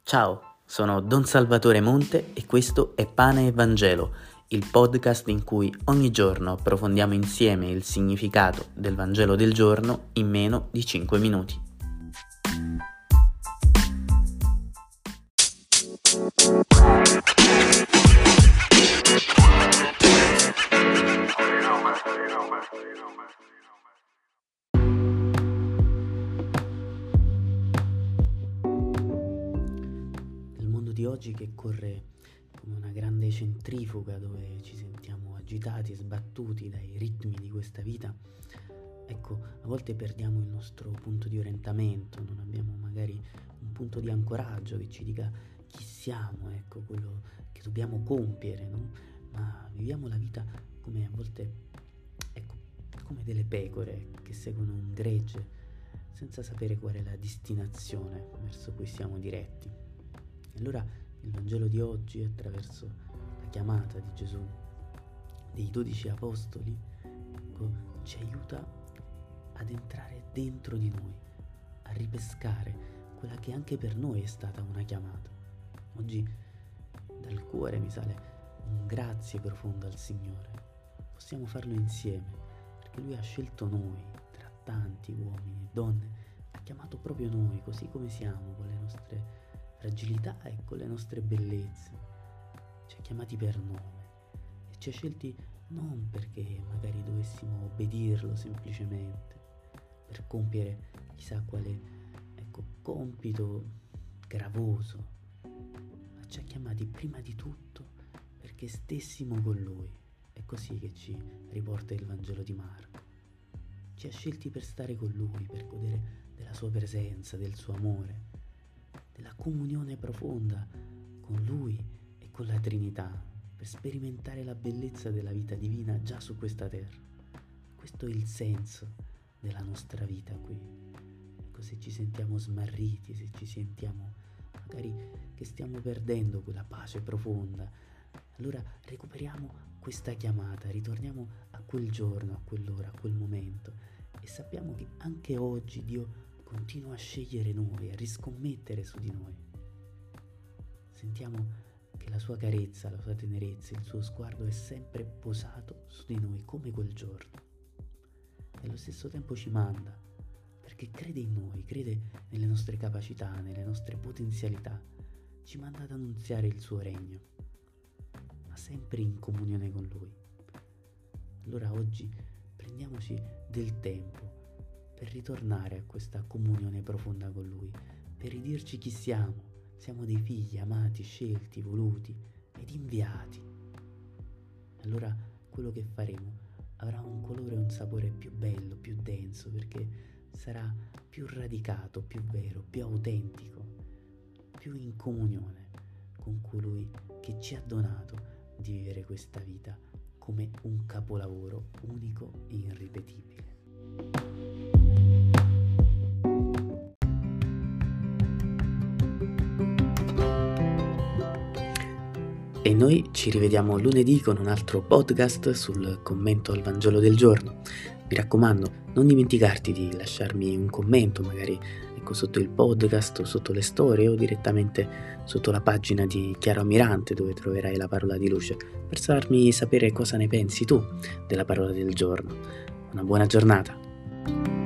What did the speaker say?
Ciao, sono Don Salvatore Monte e questo è Pane e Vangelo, il podcast in cui ogni giorno approfondiamo insieme il significato del Vangelo del giorno in meno di 5 minuti. Nel mondo di oggi che corre come una grande centrifuga dove ci sentiamo agitati e sbattuti dai ritmi di questa vita, ecco, a volte perdiamo il nostro punto di orientamento, non abbiamo magari un punto di ancoraggio che ci dica chi siamo, ecco, quello che dobbiamo compiere, no? Ma viviamo la vita come a volte, ecco, come delle pecore che seguono un gregge senza sapere qual è la destinazione verso cui siamo diretti. E allora il Vangelo di oggi, attraverso la chiamata di Gesù dei 12 apostoli, ecco, ci aiuta ad entrare dentro di noi, a ripescare quella che anche per noi è stata una chiamata. Oggi dal cuore mi sale un grazie profondo al Signore. Possiamo farlo insieme, perché Lui ha scelto noi, tra tanti uomini e donne, ha chiamato proprio noi, così come siamo, con le nostre fragilità e con le nostre bellezze. Ci ha chiamati per nome e ci ha scelti non perché magari dovessimo obbedirlo semplicemente, per compiere chissà quale, ecco, compito gravoso, ma ci ha chiamati prima di tutto perché stessimo con Lui. È così che ci riporta il Vangelo di Marco. Ci ha scelti per stare con Lui, per godere della Sua presenza, del Suo amore, della comunione profonda con Lui e con la Trinità, per sperimentare la bellezza della vita divina già su questa terra. Questo è il senso della nostra vita qui. Ecco, se ci sentiamo smarriti, se ci sentiamo magari che stiamo perdendo quella pace profonda, allora recuperiamo questa chiamata, ritorniamo a quel giorno, a quell'ora, a quel momento e sappiamo che anche oggi Dio continua a scegliere noi, a riscommettere su di noi. Sentiamo che la sua carezza, la sua tenerezza, il suo sguardo è sempre posato su di noi come quel giorno. E allo stesso tempo ci manda, perché crede in noi, crede nelle nostre capacità, nelle nostre potenzialità. Ci manda ad annunziare il suo regno, ma sempre in comunione con Lui. Allora oggi prendiamoci del tempo per ritornare a questa comunione profonda con Lui, per ridirci chi siamo. Siamo dei figli amati, scelti, voluti ed inviati. Allora quello che faremo avrà un colore e un sapore più bello, più denso, perché sarà più radicato, più vero, più autentico, più in comunione con colui che ci ha donato di vivere questa vita come un capolavoro unico e irripetibile. E noi ci rivediamo lunedì con un altro podcast sul commento al Vangelo del giorno. Mi raccomando, non dimenticarti di lasciarmi un commento, magari ecco, sotto il podcast o sotto le storie o direttamente sotto la pagina di Chiaro Ammirante dove troverai la parola di luce, per farmi sapere cosa ne pensi tu della parola del giorno. Una buona giornata!